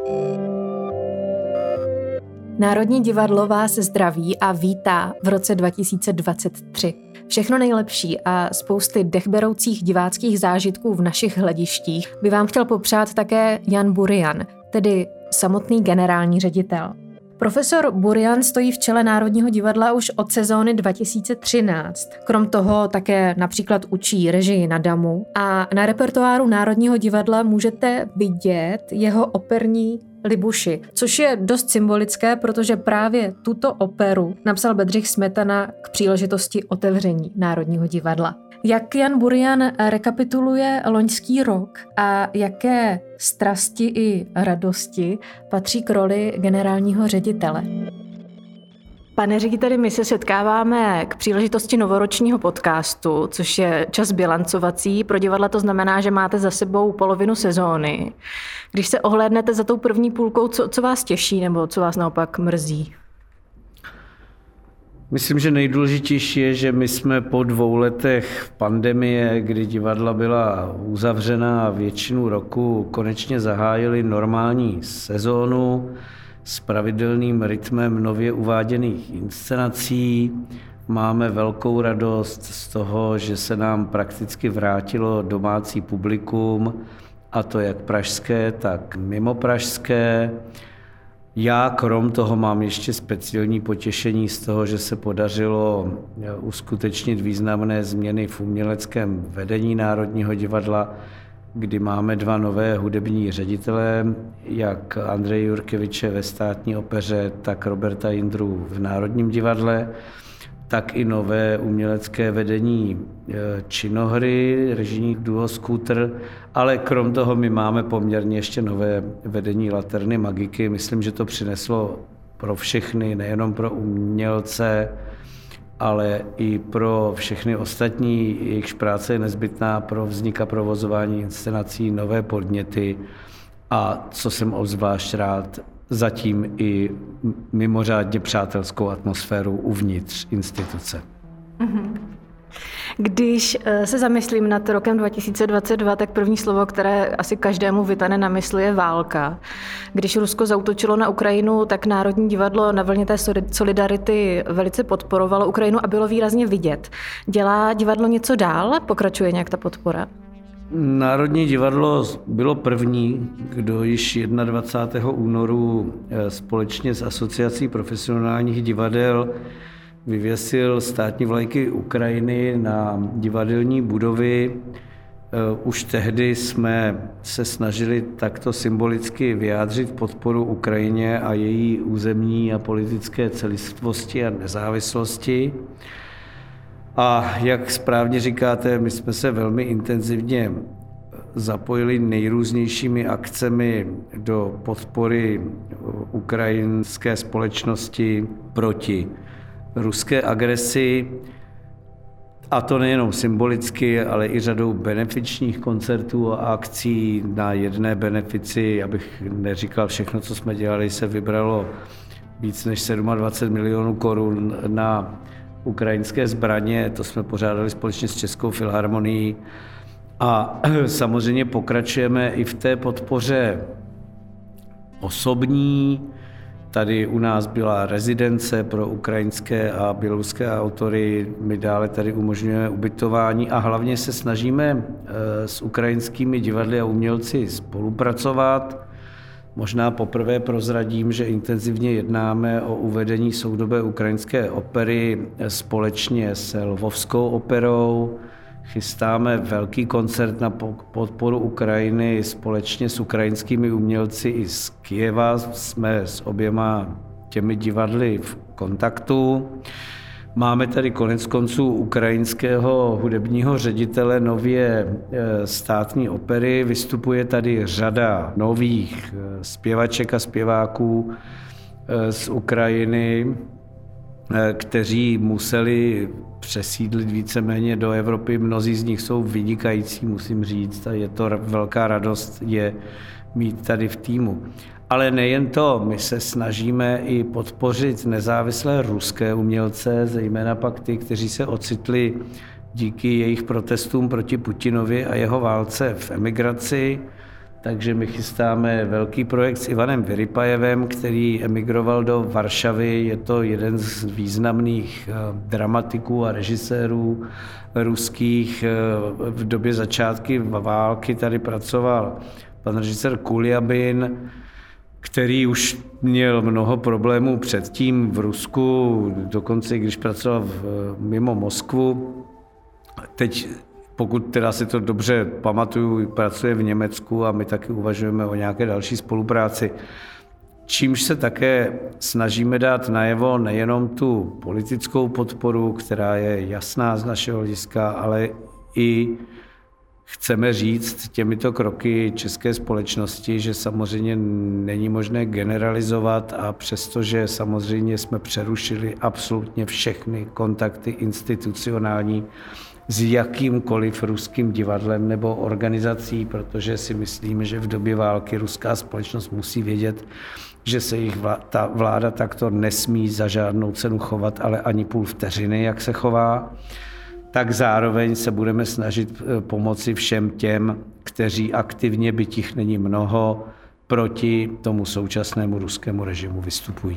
Národní divadlo vás zdraví a vítá v roce 2023. Všechno nejlepší a spousty dechberoucích diváckých zážitků v našich hledištích by vám chtěl popřát také Jan Burian, tedy samotný generální ředitel. Profesor Burian stojí v čele Národního divadla už od sezóny 2013. Krom toho také například učí režii na damu a na repertoáru Národního divadla můžete vidět jeho operní Libuši, což je dost symbolické, protože právě tuto operu napsal Bedřich Smetana k příležitosti otevření Národního divadla. Jak Jan Burian rekapituluje loňský rok a jaké strasti i radosti patří k roli generálního ředitele? Pane řediteli, my se setkáváme k příležitosti novoročního podcastu, což je čas bilancovací. Pro divadla to znamená, že máte za sebou polovinu sezóny. Když se ohlédnete za tou první půlkou, co vás těší nebo co vás naopak mrzí? Myslím, že nejdůležitější je, že my jsme po 2 letech pandemie, kdy divadla byla uzavřena a většinu roku konečně zahájili normální sezónu s pravidelným rytmem nově uváděných inscenací. Máme velkou radost z toho, že se nám prakticky vrátilo domácí publikum, a to jak pražské, tak mimo pražské. Já krom toho mám ještě speciální potěšení z toho, že se podařilo uskutečnit významné změny v uměleckém vedení Národního divadla, kdy máme 2 nové hudební ředitele, jak Andreje Jurkeviče ve Státní opeře, tak Roberta Jindru v Národním divadle, tak i nové umělecké vedení činohry, režijní duo Scooter, ale krom toho my máme poměrně ještě nové vedení Laterny Magiky. Myslím, že to přineslo pro všechny, nejenom pro umělce, ale i pro všechny ostatní, jejichž práce je nezbytná pro vznik a provozování inscenací, nové podněty a, co jsem obzvlášť rád, zatím i mimořádně přátelskou atmosféru uvnitř instituce. Když se zamyslím nad rokem 2022, tak první slovo, které asi každému vytane na mysli, je válka. Když Rusko zaútočilo na Ukrajinu, tak Národní divadlo na vlně té solidarity velice podporovalo Ukrajinu a bylo výrazně vidět. Dělá divadlo něco dál? Pokračuje nějak ta podpora? Národní divadlo bylo první, kdo již 21. únoru společně s Asociací profesionálních divadel vyvěsil státní vlajky Ukrajiny na divadelní budovy. Už tehdy jsme se snažili takto symbolicky vyjádřit podporu Ukrajině a její územní a politické celistvosti a nezávislosti. A jak správně říkáte, my jsme se velmi intenzivně zapojili nejrůznějšími akcemi do podpory ukrajinské společnosti proti ruské agresi. A to nejenom symbolicky, ale i řadou benefičních koncertů a akcí. Na jedné benefici, abych neříkal všechno, co jsme dělali, se vybralo víc než 27 milionů korun na ukrajinské zbraně. To jsme pořádali společně s Českou filharmonií. A samozřejmě pokračujeme i v té podpoře osobní. Tady u nás byla rezidence pro ukrajinské a běloruské autory. My dále tady umožňujeme ubytování a hlavně se snažíme s ukrajinskými divadly a umělci spolupracovat. Možná poprvé prozradím, že intenzivně jednáme o uvedení soudobé ukrajinské opery společně s Lvovskou operou. Chystáme velký koncert na podporu Ukrajiny společně s ukrajinskými umělci i z Kyjeva. Jsme s oběma těmi divadly v kontaktu. Máme tady konec konců ukrajinského hudebního ředitele nově Státní opery. Vystupuje tady řada nových zpěvaček a zpěváků z Ukrajiny, kteří museli přesídlit víceméně do Evropy. Mnozí z nich jsou vynikající, musím říct, a je to velká radost je mít tady v týmu. Ale nejen to, my se snažíme i podpořit nezávislé ruské umělce, zejména pak ty, kteří se ocitli díky jejich protestům proti Putinovi a jeho válce v emigraci. takže my chystáme velký projekt s Ivanem Vyrypajevem, který emigroval do Varšavy. Je to jeden z významných dramatiků a režisérů ruských. V době začátky války tady pracoval pan režisér Kuljabin, který už měl mnoho problémů předtím v Rusku, dokonce když pracoval mimo Moskvu. Teď, pokud teda si to dobře pamatuju, pracuje v Německu a my taky uvažujeme o nějaké další spolupráci. Čímž se také snažíme dát najevo nejenom tu politickou podporu, která je jasná z našeho hlediska, ale i chceme říct těmito kroky české společnosti, že samozřejmě není možné generalizovat a přestože samozřejmě jsme přerušili absolutně všechny kontakty institucionální s jakýmkoliv ruským divadlem nebo organizací, protože si myslíme, že v době války ruská společnost musí vědět, že se jich ta vláda takto nesmí za žádnou cenu chovat, ale ani půl vteřiny, jak se chová. Tak zároveň se budeme snažit pomoci všem těm, kteří aktivně, byť jich není mnoho, proti tomu současnému ruskému režimu vystupují.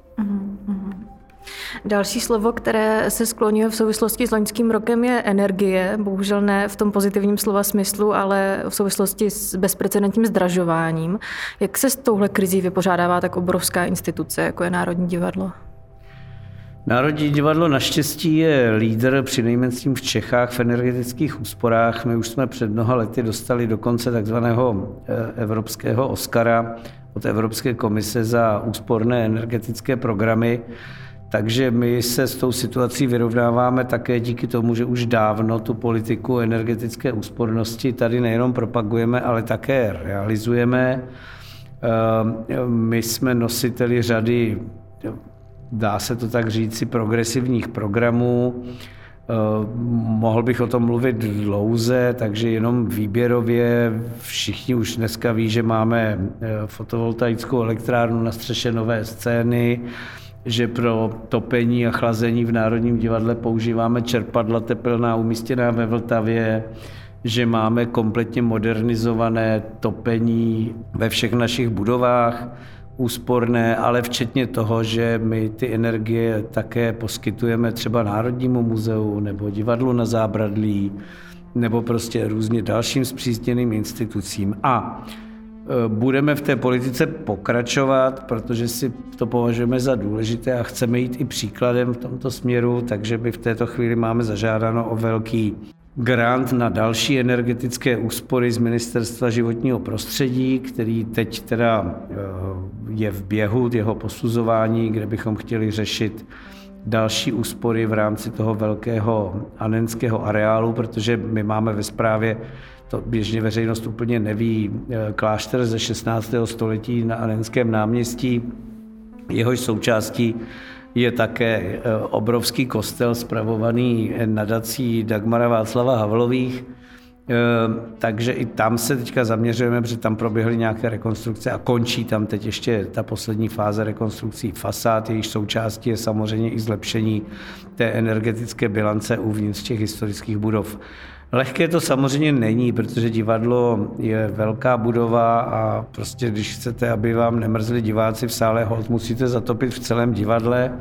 Další slovo, které se skloňuje v souvislosti s loňským rokem, je energie. Bohužel ne v tom pozitivním slova smyslu, ale v souvislosti s bezprecedentním zdražováním. Jak se s touhle krizí vypořádává tak obrovská instituce, jako je Národní divadlo? Národní divadlo naštěstí je lídr přinejmenším v Čechách v energetických úsporách. My už jsme před mnoha lety dostali dokonce takzvaného evropského Oscara od Evropské komise za úsporné energetické programy. Takže my se s tou situací vyrovnáváme také díky tomu, že už dávno tu politiku energetické úspornosti tady nejenom propagujeme, ale také realizujeme. My jsme nositeli řady, dá se to tak říci, progresivních programů. Mohl bych o tom mluvit dlouze, takže jenom výběrově všichni už dneska ví, že máme fotovoltaickou elektrárnu na střeše Nové scény, že pro topení a chlazení v Národním divadle používáme čerpadla tepelná umístěná ve Vltavě, že máme kompletně modernizované topení ve všech našich budovách, úsporné, ale včetně toho, že my ty energie také poskytujeme třeba Národnímu muzeu nebo Divadlu na Zábradlí nebo prostě různě dalším spřízněným institucím. A budeme v té politice pokračovat, protože si to považujeme za důležité a chceme jít i příkladem v tomto směru, takže my v této chvíli máme zažádáno o velký grant na další energetické úspory z Ministerstva životního prostředí, který teď teda je v běhu jeho posuzování, kde bychom chtěli řešit další úspory v rámci toho velkého anenského areálu, protože my máme ve správě, to běžně veřejnost úplně neví, klášter ze 16. století na Anenském náměstí. Jehož součástí je také obrovský kostel spravovaný nadací Dagmara Václava Havlových. Takže i tam se teďka zaměřujeme, protože tam proběhly nějaké rekonstrukce a končí tam teď ještě ta poslední fáze rekonstrukcí fasád, jejíž součástí je samozřejmě i zlepšení té energetické bilance uvnitř těch historických budov. Lehké to samozřejmě není, protože divadlo je velká budova a prostě když chcete, aby vám nemrzli diváci v sále, holt musíte zatopit v celém divadle.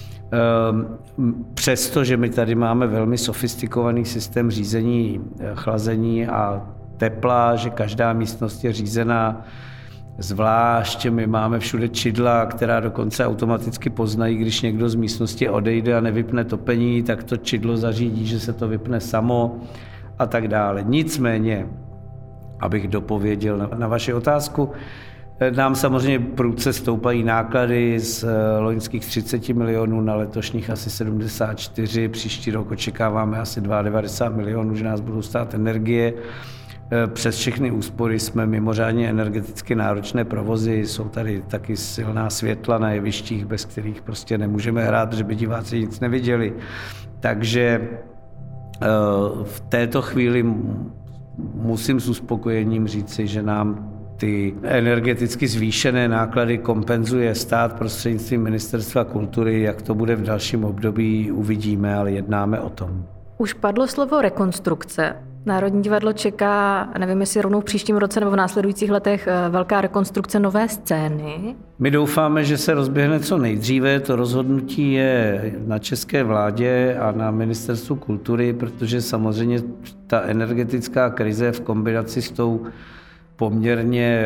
Přestože my tady máme velmi sofistikovaný systém řízení, chlazení a tepla, že každá místnost je řízená zvlášť, my máme všude čidla, která dokonce automaticky poznají, když někdo z místnosti odejde a nevypne topení, tak to čidlo zařídí, že se to vypne samo a tak dále. Nicméně, abych dopověděl na vaši otázku, nám samozřejmě prudce stoupají náklady z loňských 30 milionů na letošních asi 74. Příští rok očekáváme asi 92 milionů, že nás budou stát energie. Přes všechny úspory jsme mimořádně energeticky náročné provozy, jsou tady taky silná světla na jevištích, bez kterých prostě nemůžeme hrát, protože by diváci nic neviděli. Takže v této chvíli musím s uspokojením říci, že nám ty energeticky zvýšené náklady kompenzuje stát prostřednictvím Ministerstva kultury. Jak to bude v dalším období, uvidíme, ale jednáme o tom. Už padlo slovo rekonstrukce. Národní divadlo čeká, nevím, jestli rovnou v příštím roce nebo v následujících letech, velká rekonstrukce nové scény. My doufáme, že se rozběhne co nejdříve. To rozhodnutí je na české vládě a na ministerstvu kultury, protože samozřejmě ta energetická krize v kombinaci s tou poměrně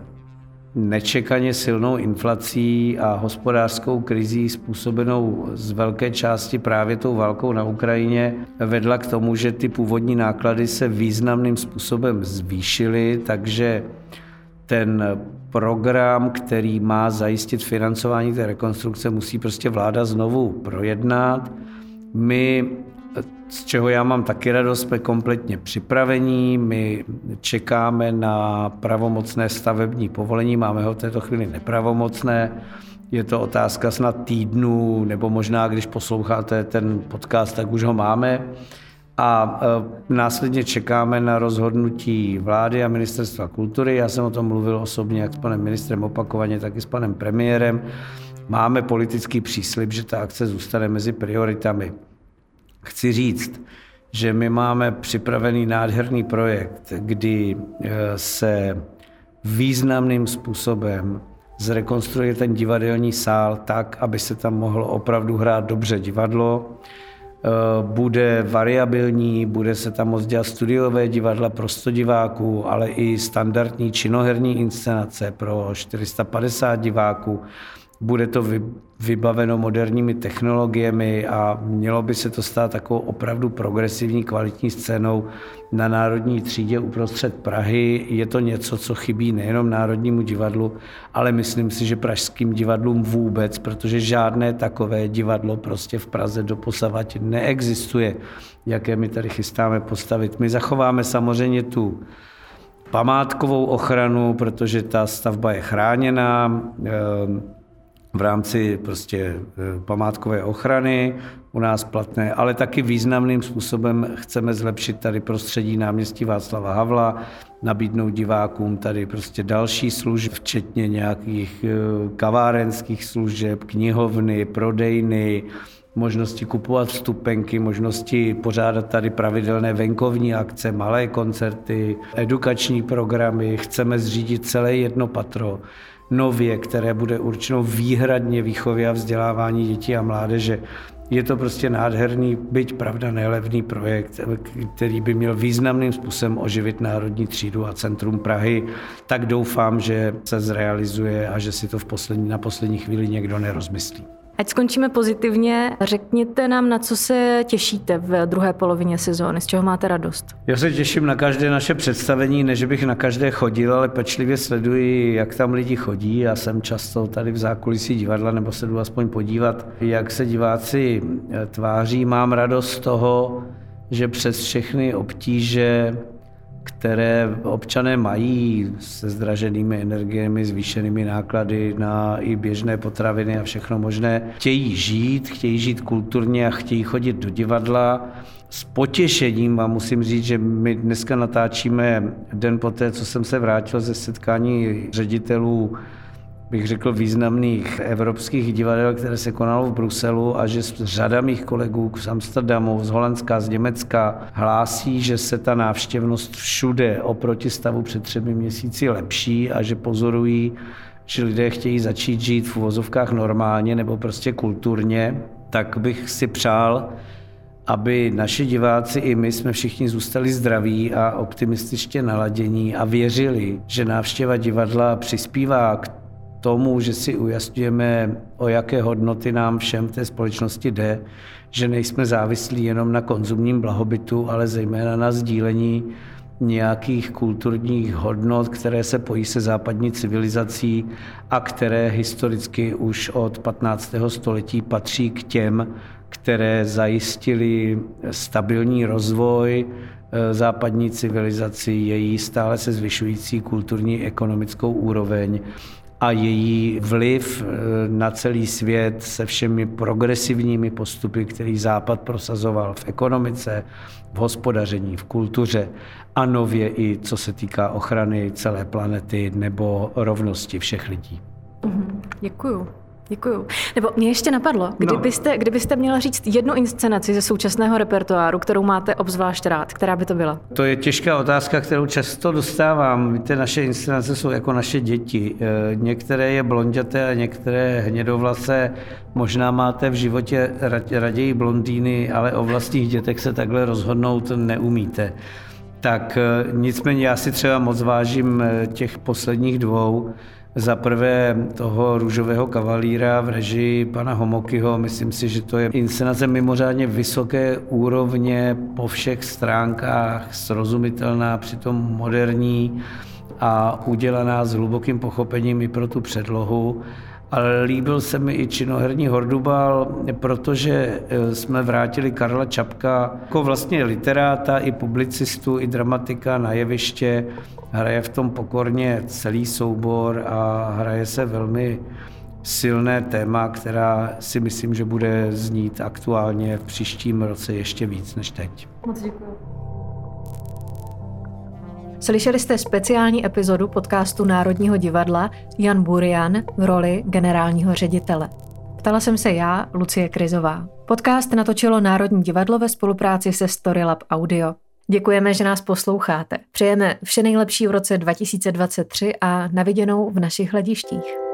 nečekaně silnou inflací a hospodářskou krizí způsobenou z velké části právě tou válkou na Ukrajině vedla k tomu, že ty původní náklady se významným způsobem zvýšily, takže ten program, který má zajistit financování té rekonstrukce, musí prostě vláda znovu projednat. My, z čeho já mám taky radost, jsme kompletně připravení, my čekáme na pravomocné stavební povolení, máme ho v této chvíli nepravomocné, je to otázka snad týdnů, nebo možná, když posloucháte ten podcast, tak už ho máme. A následně čekáme na rozhodnutí vlády a ministerstva kultury. Já jsem o tom mluvil osobně jak s panem ministrem opakovaně, tak i s panem premiérem. Máme politický příslib, že ta akce zůstane mezi prioritami. Chci říct, že my máme připravený nádherný projekt, kdy se významným způsobem zrekonstruuje ten divadelní sál tak, aby se tam mohlo opravdu hrát dobře divadlo. Bude variabilní, bude se tam moct dělat studiové divadla pro 100 diváků, ale i standardní činoherní inscenace pro 450 diváků. Bude to vybaveno moderními technologiemi a mělo by se to stát takovou opravdu progresivní kvalitní scénou na Národní třídě uprostřed Prahy. Je to něco, co chybí nejenom Národnímu divadlu, ale myslím si, že pražským divadlům vůbec, protože žádné takové divadlo prostě v Praze doposavad neexistuje, jaké my tady chystáme postavit. My zachováme samozřejmě tu památkovou ochranu, protože ta stavba je chráněná v rámci prostě památkové ochrany u nás platné, ale taky významným způsobem chceme zlepšit tady prostředí náměstí Václava Havla, nabídnout divákům tady prostě další služby, včetně nějakých kavárenských služeb, knihovny, prodejny, možnosti kupovat vstupenky, možnosti pořádat tady pravidelné venkovní akce, malé koncerty, edukační programy. Chceme zřídit celé jedno patro nově, které bude určeno výhradně výchově a vzdělávání dětí a mládeže. Je to prostě nádherný, byť pravda nelevný projekt, který by měl významným způsobem oživit Národní třídu a centrum Prahy. Tak doufám, že se zrealizuje a že si to na poslední chvíli někdo nerozmyslí. Ať skončíme pozitivně, řekněte nám, na co se těšíte v druhé polovině sezóny, z čeho máte radost? Já se těším na každé naše představení, ne že bych na každé chodil, ale pečlivě sleduji, jak tam lidi chodí. Já jsem často tady v zákulisí divadla, nebo se jdu aspoň podívat, jak se diváci tváří. Mám radost z toho, že přes všechny obtíže, které občané mají se zdraženými energiemi, zvýšenými náklady na i běžné potraviny a všechno možné, chtějí žít kulturně a chtějí chodit do divadla. S potěšením vám musím říct, že my dneska natáčíme den poté, co jsem se vrátil ze setkání ředitelů, bych řekl, významných evropských divadel, které se konalo v Bruselu, a že řada mých kolegů z Amsterdamu, z Holandska, z Německa hlásí, že se ta návštěvnost všude oproti stavu před 3 měsíci lepší a že pozorují, že lidé chtějí začít žít v uvozovkách normálně nebo prostě kulturně. Tak bych si přál, aby naši diváci i my jsme všichni zůstali zdraví a optimističtě naladění a věřili, že návštěva divadla přispívá k tomu, že si ujasňujeme, o jaké hodnoty nám všem v té společnosti jde, že nejsme závislí jenom na konzumním blahobytu, ale zejména na sdílení nějakých kulturních hodnot, které se pojí se západní civilizací a které historicky už od 15. století patří k těm, které zajistily stabilní rozvoj západní civilizaci, její stále se zvyšující kulturní ekonomickou úroveň a její vliv na celý svět se všemi progresivními postupy, který Západ prosazoval v ekonomice, v hospodaření, v kultuře a nově i co se týká ochrany celé planety nebo rovnosti všech lidí. Děkuju. Děkuju. Nebo mě ještě napadlo, kdybyste měla říct jednu inscenaci ze současného repertoáru, kterou máte obzvlášť rád, která by to byla? To je těžká otázka, kterou často dostávám. Víte, naše inscenace jsou jako naše děti. Některé je blonďaté a některé hnědovlasé. Možná máte v životě raději blondýny, ale o vlastních dětech se takhle rozhodnout neumíte. Tak nicméně já si třeba moc vážím těch posledních dvou. Za prvé toho Růžového kavalíra v režii pana Homokyho. Myslím si, že to je inscenace mimořádně vysoké úrovně po všech stránkách, srozumitelná, přitom moderní a udělaná s hlubokým pochopením i pro tu předlohu. Ale líbil se mi i činoherní Hordubal, protože jsme vrátili Karla Čapka jako vlastně literáta, i publicistu, i dramatika na jeviště. Hraje v tom pokorně celý soubor a hraje se velmi silné téma, která si myslím, že bude znít aktuálně v příštím roce ještě víc než teď. Moc děkuji. Slyšeli jste speciální epizodu podcastu Národního divadla Jan Burian v roli generálního ředitele. Ptala jsem se já, Lucie Kryzová. Podcast natočilo Národní divadlo ve spolupráci se Storylab Audio. Děkujeme, že nás posloucháte. Přejeme vše nejlepší v roce 2023 a na viděnou v našich hledištích.